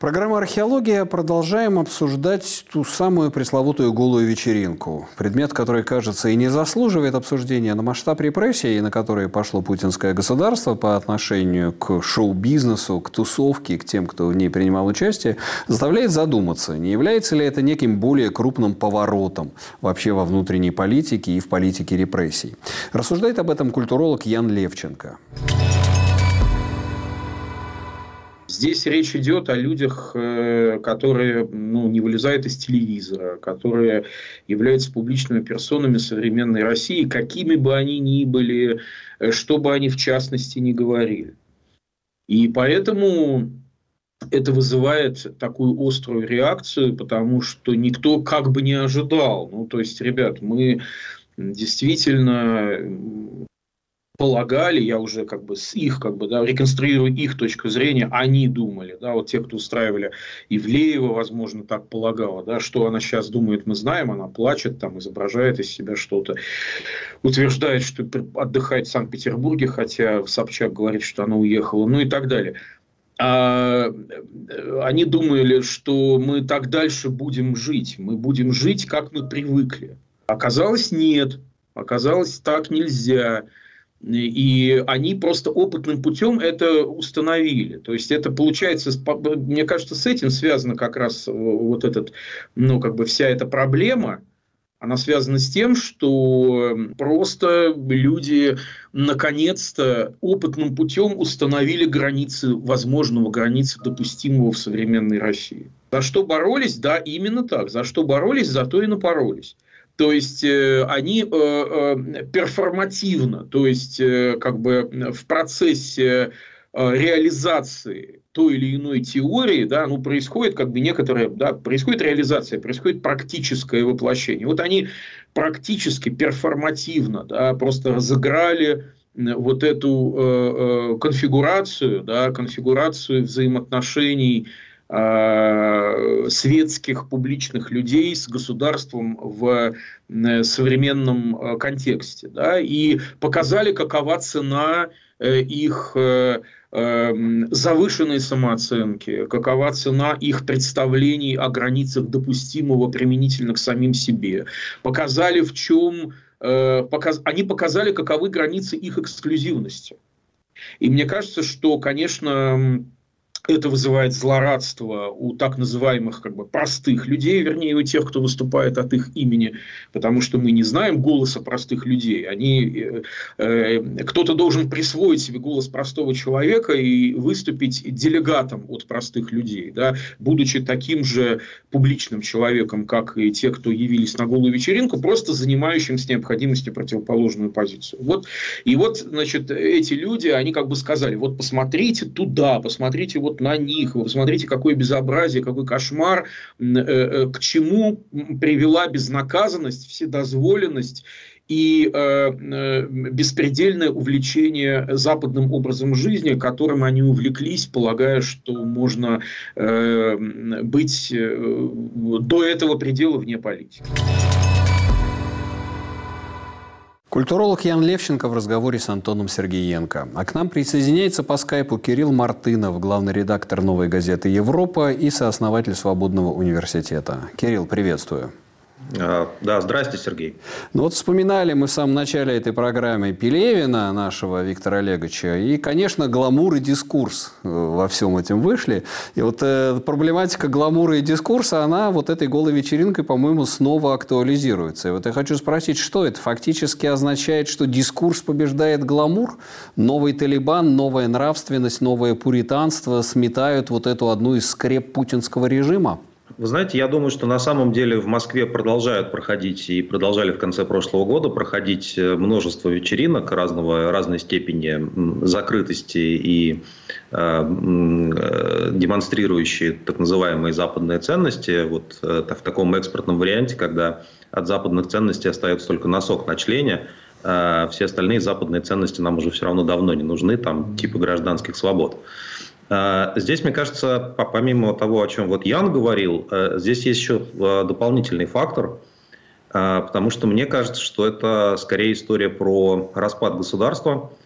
Программа «Археология». Продолжаем обсуждать ту самую пресловутую голую вечеринку. Предмет, который, кажется, и не заслуживает обсуждения, но масштаб репрессий, на которые пошло путинское государство по отношению к шоу-бизнесу, к тусовке, к тем, кто в ней принимал участие, заставляет задуматься, не является ли это неким более крупным поворотом вообще во внутренней политике и в политике репрессий. Рассуждает об этом культуролог Ян Левченко. Здесь речь идет о людях, которые ну, не вылезают из телевизора, которые являются публичными персонами современной России, какими бы они ни были, что бы они в частности ни говорили. И поэтому это вызывает такую острую реакцию, потому что никто как бы не ожидал. Ну, то есть, ребят, мы действительно полагали, я уже как бы с их, как бы, да, реконструирую их точку зрения, они думали, да, вот те, кто устраивали Ивлеева, возможно, так полагала, да, что она сейчас думает, мы знаем, она плачет, там, изображает из себя что-то, утверждает, что отдыхает в Санкт-Петербурге, хотя Собчак говорит, что она уехала, ну и так далее. А они думали, что мы так дальше будем жить, мы будем жить, как мы привыкли. Оказалось, нет, оказалось, так нельзя. И они просто опытным путем это установили. То есть это получается, мне кажется, с этим связана как раз вот этот, ну, как бы вся эта проблема. Она связана с тем, что просто люди наконец-то опытным путем установили границы возможного, границы допустимого в современной России. За что боролись? Да, именно так. За что боролись, за то и напоролись. То есть э, они э, э, перформативно, то есть э, как бы в процессе э, реализации той или иной теории, да, ну, происходит как бы некоторая, да, происходит реализация, происходит практическое воплощение. Вот они практически перформативно, да, просто разыграли вот эту э, э, конфигурацию, да, конфигурацию взаимоотношений светских публичных людей с государством в современном контексте, да, и показали, какова цена их завышенной самооценки, какова цена их представлений о границах допустимого применительно к самим себе, показали, в чем, показ, они показали, каковы границы их эксклюзивности. И мне кажется, что, конечно, это вызывает злорадство у так называемых как бы простых людей, вернее, у тех, кто выступает от их имени, потому что мы не знаем голоса простых людей. Они, э, кто-то должен присвоить себе голос простого человека и выступить делегатом от простых людей, да, будучи таким же публичным человеком, как и те, кто явились на голую вечеринку, просто занимающим с необходимостью противоположную позицию. Вот, и вот, значит, эти люди, они как бы сказали, вот посмотрите туда, посмотрите вот на них, вы посмотрите, какое безобразие, какой кошмар, к чему привела безнаказанность, вседозволенность и беспредельное увлечение западным образом жизни, которым они увлеклись, полагая, что можно быть до этого предела вне политики. Культуролог Ян Левченко в разговоре с Антоном Сергеенко. А к нам присоединяется по скайпу Кирилл Мартынов, главный редактор «Новой газеты Европа» и сооснователь Свободного университета. Кирилл, приветствую. Да, здрасте, Сергей. Ну вот вспоминали мы в самом начале этой программы Пелевина, нашего Виктора Олеговича, и, конечно, гламур и дискурс во всем этом вышли. И вот э, проблематика гламура и дискурса, она вот этой голой вечеринкой, по-моему, снова актуализируется. И вот я хочу спросить, что это фактически означает, что дискурс побеждает гламур? Новый Талибан, новая нравственность, новое пуританство сметают вот эту одну из скреп путинского режима? Вы знаете, я думаю, что на самом деле в Москве продолжают проходить и продолжали в конце прошлого года проходить множество вечеринок разного, разной степени закрытости и э, демонстрирующие так называемые западные ценности. Вот э, в таком экспортном варианте, когда от западных ценностей остается только носок на члене, э, все остальные западные ценности нам уже все равно давно не нужны, там типа гражданских свобод. Здесь, мне кажется, помимо того, о чем вот Ян говорил, здесь есть еще дополнительный фактор, потому что мне кажется, что это скорее история про распад государства,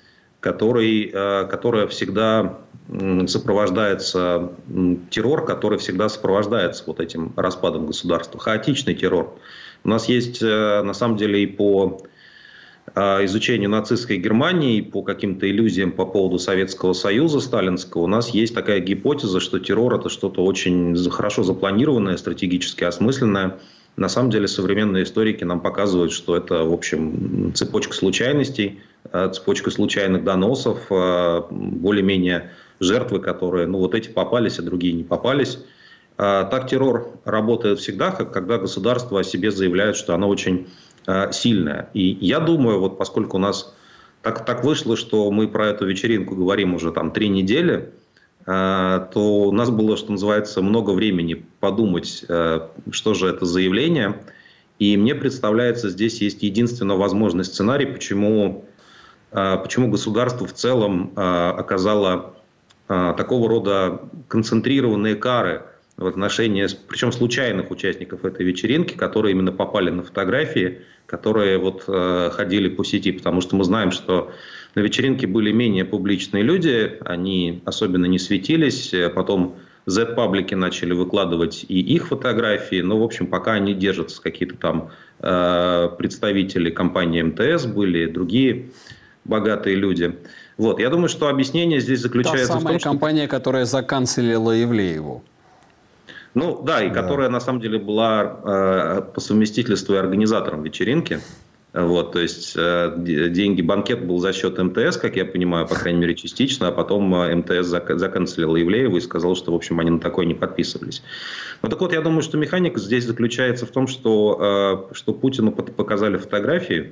который, которая всегда сопровождается, террор, который всегда сопровождается вот этим распадом государства, хаотичный террор. У нас есть, на самом деле, и по изучению нацистской Германии, и по каким-то иллюзиям по поводу Советского Союза сталинского, у нас есть такая гипотеза, что террор – это что-то очень хорошо запланированное, стратегически осмысленное. На самом деле современные историки нам показывают, что это, в общем, цепочка случайностей, цепочка случайных доносов, более-менее жертвы, которые, ну, вот эти попались, а другие не попались. Так террор работает всегда, когда государство о себе заявляет, что оно очень сильное. И я думаю, вот поскольку у нас так, так вышло, что мы про эту вечеринку говорим уже там три недели, то у нас было, что называется, много времени подумать, что же это за явление. И мне представляется, здесь есть единственно возможный сценарий, почему, почему государство в целом оказало такого рода концентрированные кары в отношении, причем случайных участников этой вечеринки, которые именно попали на фотографии, которые вот э, ходили по сети, потому что мы знаем, что на вечеринке были менее публичные люди, они особенно не светились, потом Z-паблики начали выкладывать и их фотографии, но, в общем, пока они держатся, какие-то там э, представители компании эм тэ эс были, другие богатые люди. Вот, я думаю, что объяснение здесь заключается Та в том, самая что... компания, которая заканцелила Ивлееву. Ну да, и да. которая на самом деле была э, по совместительству и организатором вечеринки. Вот, то есть э, деньги, банкет был за счет эм тэ эс, как я понимаю, по крайней мере частично, а потом эм тэ эс зак- заканцелила Ивлееву и сказал, что, в общем, они на такое не подписывались. Ну так вот, я думаю, что механика здесь заключается в том, что, э, что Путину показали фотографии,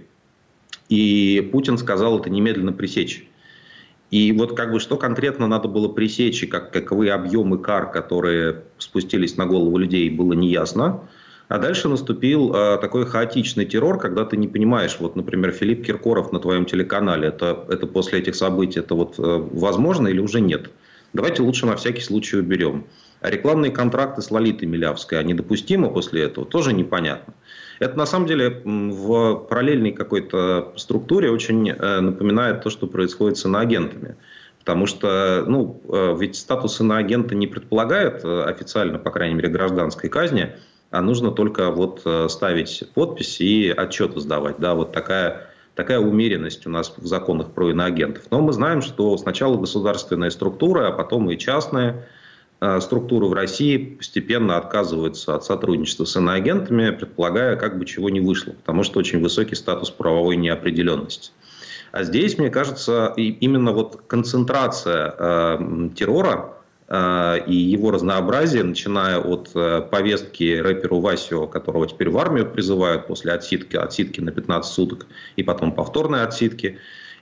и Путин сказал это немедленно пресечь. И вот как бы что конкретно надо было пресечь, и как, каковы объемы кар, которые спустились на голову людей, было неясно. А дальше наступил э, такой хаотичный террор, когда ты не понимаешь, вот, например, Филипп Киркоров на твоем телеканале, это, это после этих событий, это вот э, возможно или уже нет? Давайте лучше на всякий случай уберем. А рекламные контракты с Лолитой Милявской, они допустимы после этого? Тоже непонятно. Это на самом деле в параллельной какой-то структуре очень напоминает то, что происходит с иноагентами. Потому что, ну, ведь статус иноагента не предполагает официально, по крайней мере, гражданской казни, а нужно только вот ставить подпись и отчеты сдавать. Да, вот такая, такая умеренность у нас в законах про иноагентов. Но мы знаем, что сначала государственные структуры, а потом и частные структуры в России постепенно отказываются от сотрудничества с иноагентами, предполагая, как бы чего не вышло, потому что очень высокий статус правовой неопределенности. А здесь, мне кажется, именно вот концентрация э, террора э, и его разнообразие, начиная от э, повестки рэперу Васю, которого теперь в армию призывают после отсидки, отсидки на пятнадцать суток и потом повторной отсидки,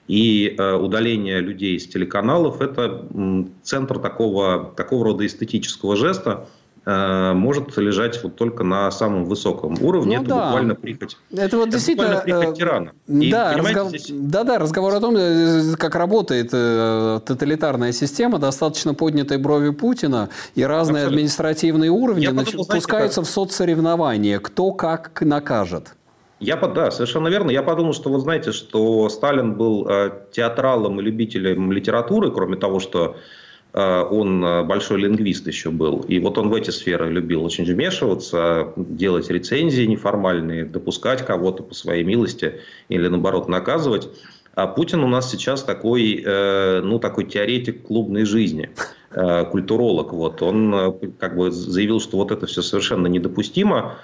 и э, удаление людей с телеканалов – это м, центр такого, такого рода эстетического жеста, э, может лежать вот только на самом высоком уровне. Ну, это да. буквально прихоть. Это вот это действительно прихоть тирана. И, да, разгов... здесь... да, да, разговор о том, как работает э, тоталитарная система, достаточно поднятой брови Путина, и разные Абсолютно. административные уровни нач... подумал, знаете, пускаются как... в соцсоревнования, кто как накажет. Я, да, совершенно верно. Я подумал, что, вы знаете, что Сталин был э, театралом и любителем литературы, кроме того, что э, он большой лингвист еще был. И вот он в эти сферы любил очень вмешиваться, делать рецензии неформальные, допускать кого-то по своей милости или, наоборот, наказывать. А Путин у нас сейчас такой, э, ну, такой теоретик клубной жизни, э, культуролог. Вот. Он э, как бы заявил, что вот это все совершенно недопустимо.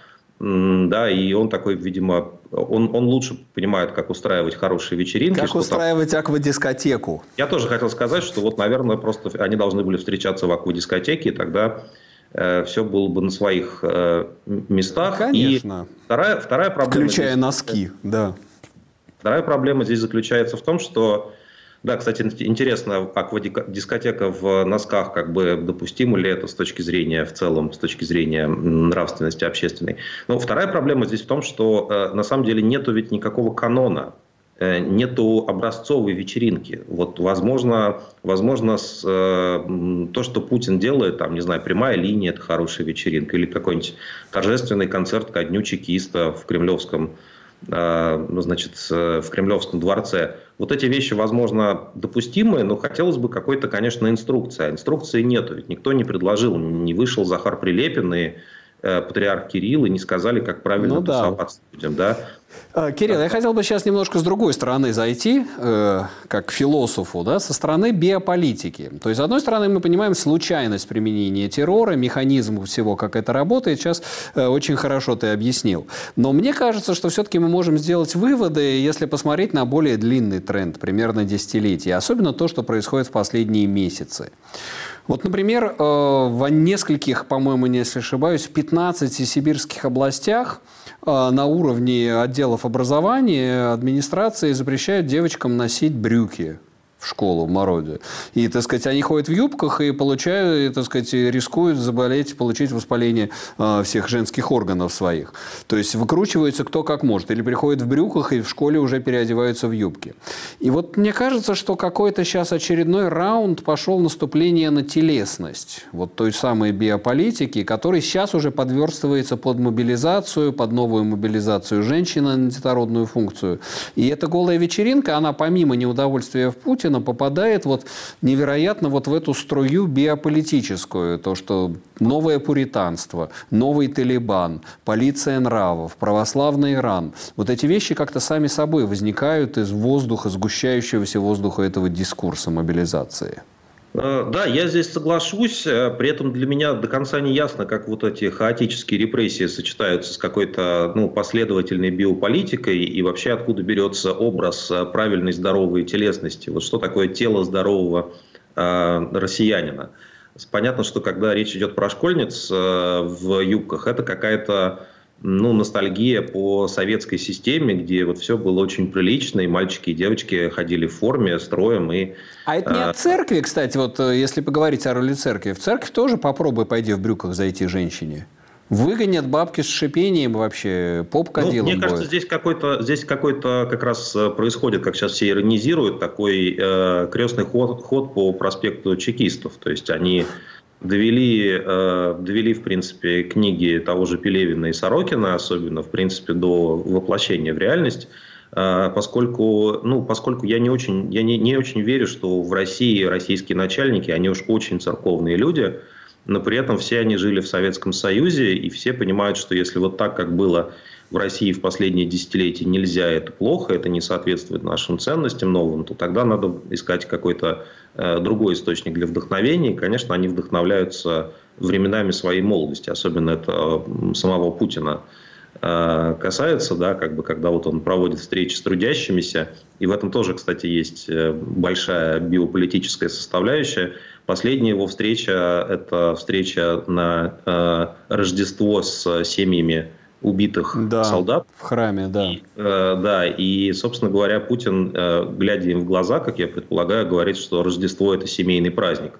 Да, и он такой, видимо, он, он лучше понимает, как устраивать хорошие вечеринки. Как устраивать там... аквадискотеку. Я тоже хотел сказать, что вот, наверное, просто они должны были встречаться в аквадискотеке, и тогда э, все было бы на своих э, местах. Конечно. И вторая, вторая проблема... Включая здесь, носки, да. Вторая проблема здесь заключается в том, что... Да, кстати, интересно, аквадискотека в носках, как бы допустимо ли это с точки зрения, в целом, с точки зрения нравственности общественной. Но вторая проблема здесь в том, что э, на самом деле нету ведь никакого канона, э, нету образцовой вечеринки. Вот, возможно, возможно с, э, то, что Путин делает, там, не знаю, прямая линия – это хорошая вечеринка, или какой-нибудь торжественный концерт ко дню чекиста в Кремлевском значит, в Кремлевском дворце. Вот эти вещи, возможно, допустимы, но хотелось бы какой-то, конечно, инструкции. А инструкции нету, ведь никто не предложил, не вышел Захар Прилепин и патриарх Кирилл и не сказали, как правильно ну, тусоваться да. людям, да? Кирилл, так. Я хотел бы сейчас немножко с другой стороны зайти, э, как к философу, да, со стороны биополитики. То есть, с одной стороны, мы понимаем случайность применения террора, механизм всего, как это работает. Сейчас э, очень хорошо ты объяснил. Но мне кажется, что все-таки мы можем сделать выводы, если посмотреть на более длинный тренд, примерно десятилетия. Особенно то, что происходит в последние месяцы. Вот, например, в нескольких, по-моему, если ошибаюсь, в пятнадцати сибирских областях на уровне отделов образования администрации запрещают девочкам носить брюки в школу в морозе. И, так сказать, они ходят в юбках и получают, так сказать, рискуют заболеть, получить воспаление э, всех женских органов своих. То есть выкручиваются кто как может. Или приходят в брюках и в школе уже переодеваются в юбки. И вот мне кажется, что какой-то сейчас очередной раунд пошел наступление на телесность. Вот той самой биополитики, который сейчас уже подверстывается под мобилизацию, под новую мобилизацию женщины на детородную функцию. И эта голая вечеринка, она помимо неудовольствия в Путина, попадает вот невероятно вот в эту струю биополитическую. То, что новое пуританство, новый Талибан, полиция нравов, православный Иран. Вот эти вещи как-то сами собой возникают из воздуха, сгущающегося воздуха этого дискурса мобилизации. Да, я здесь соглашусь. При этом для меня до конца не ясно, как вот эти хаотические репрессии сочетаются с какой-то ну, последовательной биополитикой и вообще откуда берется образ правильной здоровой телесности. Вот что такое тело здорового э, россиянина. Понятно, что когда речь идет про школьниц э, в юбках, это какая-то ну, ностальгия по советской системе, где вот все было очень прилично, и мальчики и девочки ходили в форме, строем. И, а это не от церкви, кстати, вот если поговорить о роли церкви. В церковь тоже попробуй пойди в брюках зайти женщине. Выгонят бабки с шипением вообще, поп кадилом ну, Мне будет. кажется, здесь какой-то, здесь какой-то как раз происходит, как сейчас все иронизируют, такой э, крестный ход, ход по проспекту чекистов. То есть они довели, э, довели, в принципе, книги того же Пелевина и Сорокина, особенно, в принципе, до воплощения в реальность. Поскольку, ну, поскольку я, не очень, я не, не очень верю, что в России российские начальники, они уж очень церковные люди, но при этом все они жили в Советском Союзе, и все понимают, что если вот так, как было в России в последние десятилетия, нельзя, это плохо, это не соответствует нашим ценностям новым, то тогда надо искать какой-то э, другой источник для вдохновения. И, конечно, они вдохновляются временами своей молодости, особенно это э, самого Путина касается, да, как бы, когда вот он проводит встречи с трудящимися, и в этом тоже, кстати, есть большая биополитическая составляющая. Последняя его встреча – это встреча на э, Рождество с семьями убитых да, солдат. В храме, да. И, э, да, и, собственно говоря, Путин, э, глядя им в глаза, как я предполагаю, говорит, что Рождество – это семейный праздник.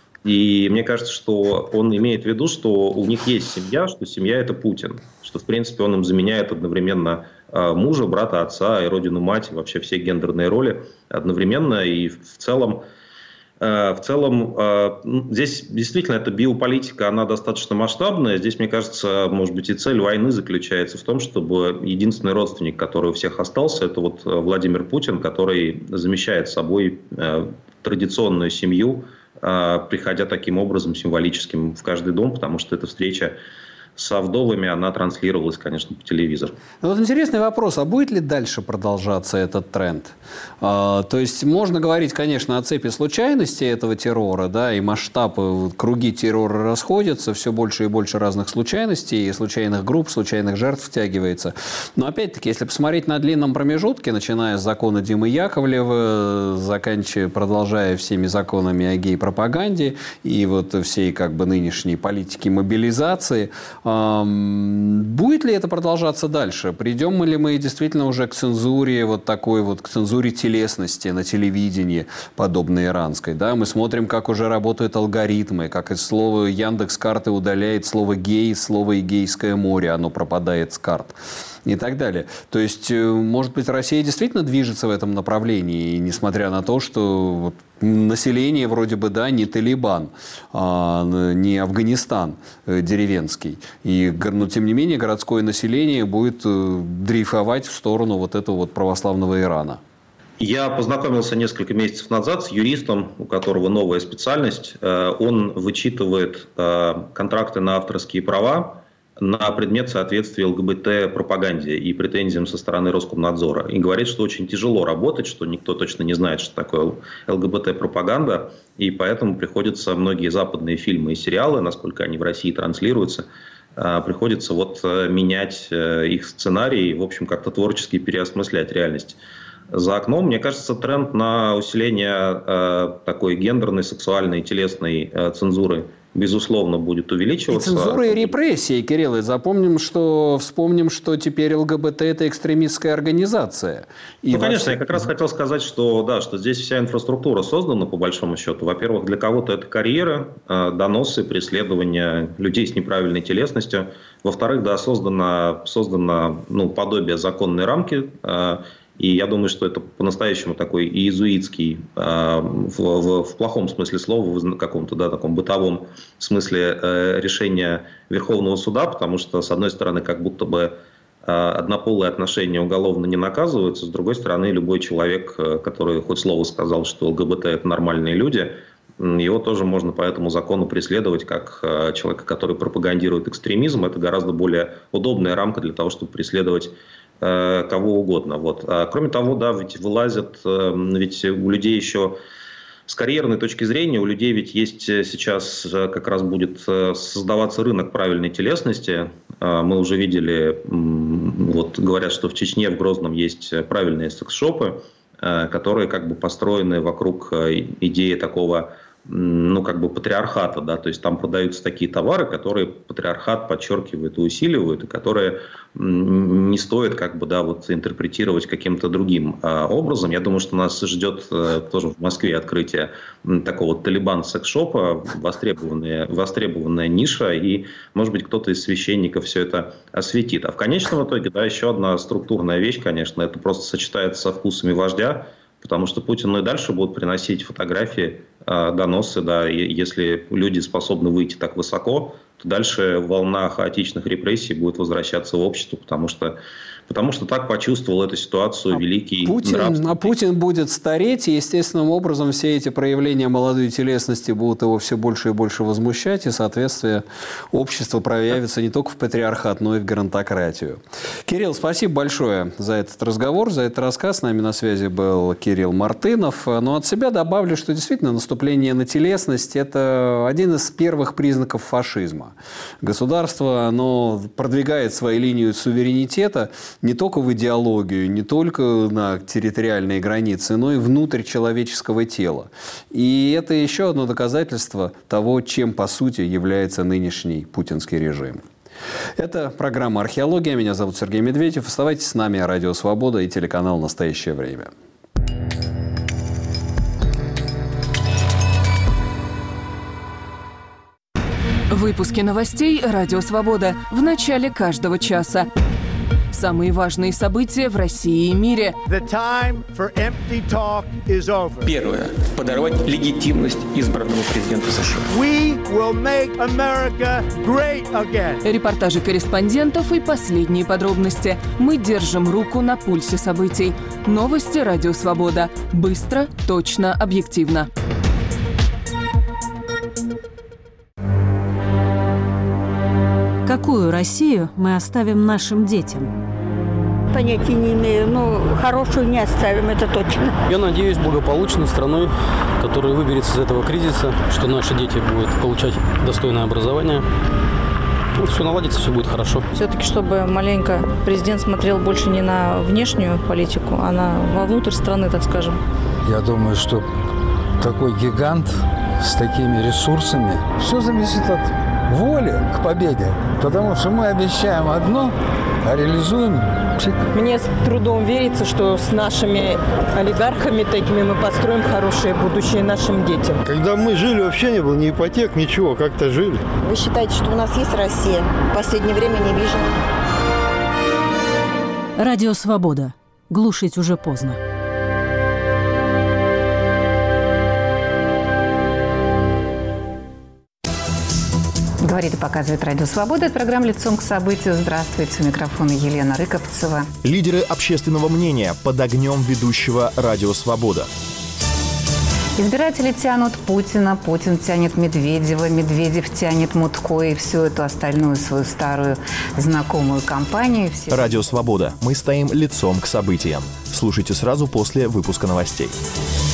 И мне кажется, что он имеет в виду, что у них есть семья, что семья – это Путин. Что, в принципе, он им заменяет одновременно мужа, брата, отца и родину-мать, и вообще все гендерные роли одновременно. И в целом, в целом здесь действительно эта биополитика, она достаточно масштабная. Здесь, мне кажется, может быть, и цель войны заключается в том, чтобы единственный родственник, который у всех остался, это вот Владимир Путин, который замещает собой традиционную семью, приходя таким образом символическим в каждый дом, потому что эта встреча со вдовами, она транслировалась, конечно, по телевизору. Ну, вот интересный вопрос, а будет ли дальше продолжаться этот тренд? А, то есть можно говорить, конечно, о цепи случайности этого террора, да, и масштабы, круги террора расходятся, все больше и больше разных случайностей, и случайных групп, случайных жертв втягивается. Но опять-таки, если посмотреть на длинном промежутке, начиная с закона Димы Яковлева, заканчивая, продолжая всеми законами о гей-пропаганде и вот всей как бы нынешней политики мобилизации, будет ли это продолжаться дальше? Придем ли мы действительно уже к цензуре, вот такой вот, к цензуре телесности на телевидении, подобной иранской? Да? Мы смотрим, как уже работают алгоритмы, как из слова Яндекс.Карты удаляет слово «гей», слово «Эгейское море», оно пропадает с карт. И так далее. То есть, может быть, Россия действительно движется в этом направлении, и несмотря на то, что вот население вроде бы, да, не Талибан, а, не Афганистан деревенский. И, но, тем не менее, городское население будет дрейфовать в сторону вот этого вот православного Ирана. Я познакомился несколько месяцев назад с юристом, у которого новая специальность. Он вычитывает контракты на авторские права на предмет соответствия ЛГБТ-пропаганде и претензиям со стороны Роскомнадзора. И говорит, что очень тяжело работать, что никто точно не знает, что такое ЛГБТ-пропаганда. И поэтому приходится многие западные фильмы и сериалы, насколько они в России транслируются, приходится вот менять их сценарий и, в общем, как-то творчески переосмыслять реальность. За окном, мне кажется, тренд на усиление э, такой гендерной, сексуальной, телесной э, цензуры, безусловно, будет увеличиваться. И цензура, и репрессии, Кирилл. И запомним, что, вспомним, что теперь ЛГБТ – это экстремистская организация. И ну, конечно, всех... я как раз хотел сказать, что, да, что здесь вся инфраструктура создана, по большому счету. Во-первых, для кого-то это карьера, э, доносы, преследования людей с неправильной телесностью. Во-вторых, да, создано, создано ну, подобие законной рамки, э, и я думаю, что это по-настоящему такой иезуитский, э, в, в, в плохом смысле слова, в каком-то, да, таком бытовом смысле э, решения Верховного суда, потому что, с одной стороны, как будто бы э, однополые отношения уголовно не наказываются, с другой стороны, любой человек, э, который хоть слово сказал, что ЛГБТ – это нормальные люди, его тоже можно по этому закону преследовать как э, человека, который пропагандирует экстремизм. Это гораздо более удобная рамка для того, чтобы преследовать кого угодно. Вот. А кроме того, да, ведь вылазят, ведь у людей еще с карьерной точки зрения, у людей ведь есть сейчас как раз будет создаваться рынок правильной телесности. Мы уже видели, вот говорят, что в Чечне, в Грозном есть правильные секс-шопы, которые как бы построены вокруг идеи такого, ну, как бы патриархата, да, то есть там продаются такие товары, которые патриархат подчеркивает и усиливает, и которые не стоит, как бы, да, вот интерпретировать каким-то другим а, образом. Я думаю, что нас ждет а, тоже в Москве открытие м, такого талибан-секс-шопа, востребованная, востребованная ниша, и, может быть, кто-то из священников все это осветит. А в конечном итоге, да, еще одна структурная вещь, конечно, это просто сочетается со вкусами вождя, потому что Путину и дальше будут приносить фотографии, доносы, да, и если люди способны выйти так высоко, то дальше волна хаотичных репрессий будет возвращаться в общество, потому что, потому что так почувствовал эту ситуацию а великий Путин, нравственный. А Путин будет стареть, и естественным образом все эти проявления молодой телесности будут его все больше и больше возмущать, и, соответственно, общество проявится не только в патриархат, но и в геронтократию. Кирилл, спасибо большое за этот разговор, за этот рассказ. С нами на связи был Кирилл Мартынов. Но от себя добавлю, что действительно наступление на телесность – это один из первых признаков фашизма. Государство, оно продвигает свою линию суверенитета не только в идеологию, не только на территориальные границы, но и внутрь человеческого тела. И это еще одно доказательство того, чем по сути является нынешний путинский режим. Это программа «Археология». Меня зовут Сергей Медведев. Оставайтесь с нами. Радио «Свобода» и телеканал «Настоящее время». Выпуски новостей «Радио Свобода» в начале каждого часа. Самые важные события в России и мире. Первое. Подорвать легитимность избранного президента США. Репортажи корреспондентов и последние подробности. Мы держим руку на пульсе событий. Новости «Радио Свобода». Быстро, точно, объективно. Какую Россию мы оставим нашим детям? Понятия не имею, но хорошую не оставим, это точно. Я надеюсь, благополучной страной, которая выберется из этого кризиса, что наши дети будут получать достойное образование. Ну, все наладится, все будет хорошо. Все-таки, чтобы маленько президент смотрел больше не на внешнюю политику, а на вовнутрь страны, так скажем. Я думаю, что такой гигант с такими ресурсами, все зависит от воли к победе. Потому что мы обещаем одно, а реализуем пшик. Мне с трудом верится, что с нашими олигархами такими мы построим хорошее будущее нашим детям. Когда мы жили, вообще не было ни ипотек, ничего, как-то жили. Вы считаете, что у нас есть Россия? В последнее время не вижу. Радио «Свобода». Глушить уже поздно. Говорит и показывает Радио Свобода. Это программа «Лицом к событию». Здравствуйте. У микрофона Елена Рыковцева. Лидеры общественного мнения под огнем ведущего Радио Свобода. Избиратели тянут Путина, Путин тянет Медведева, Медведев тянет Мутко и всю эту остальную свою старую знакомую компанию. Все... Радио Свобода. Мы стоим лицом к событиям. Слушайте сразу после выпуска новостей.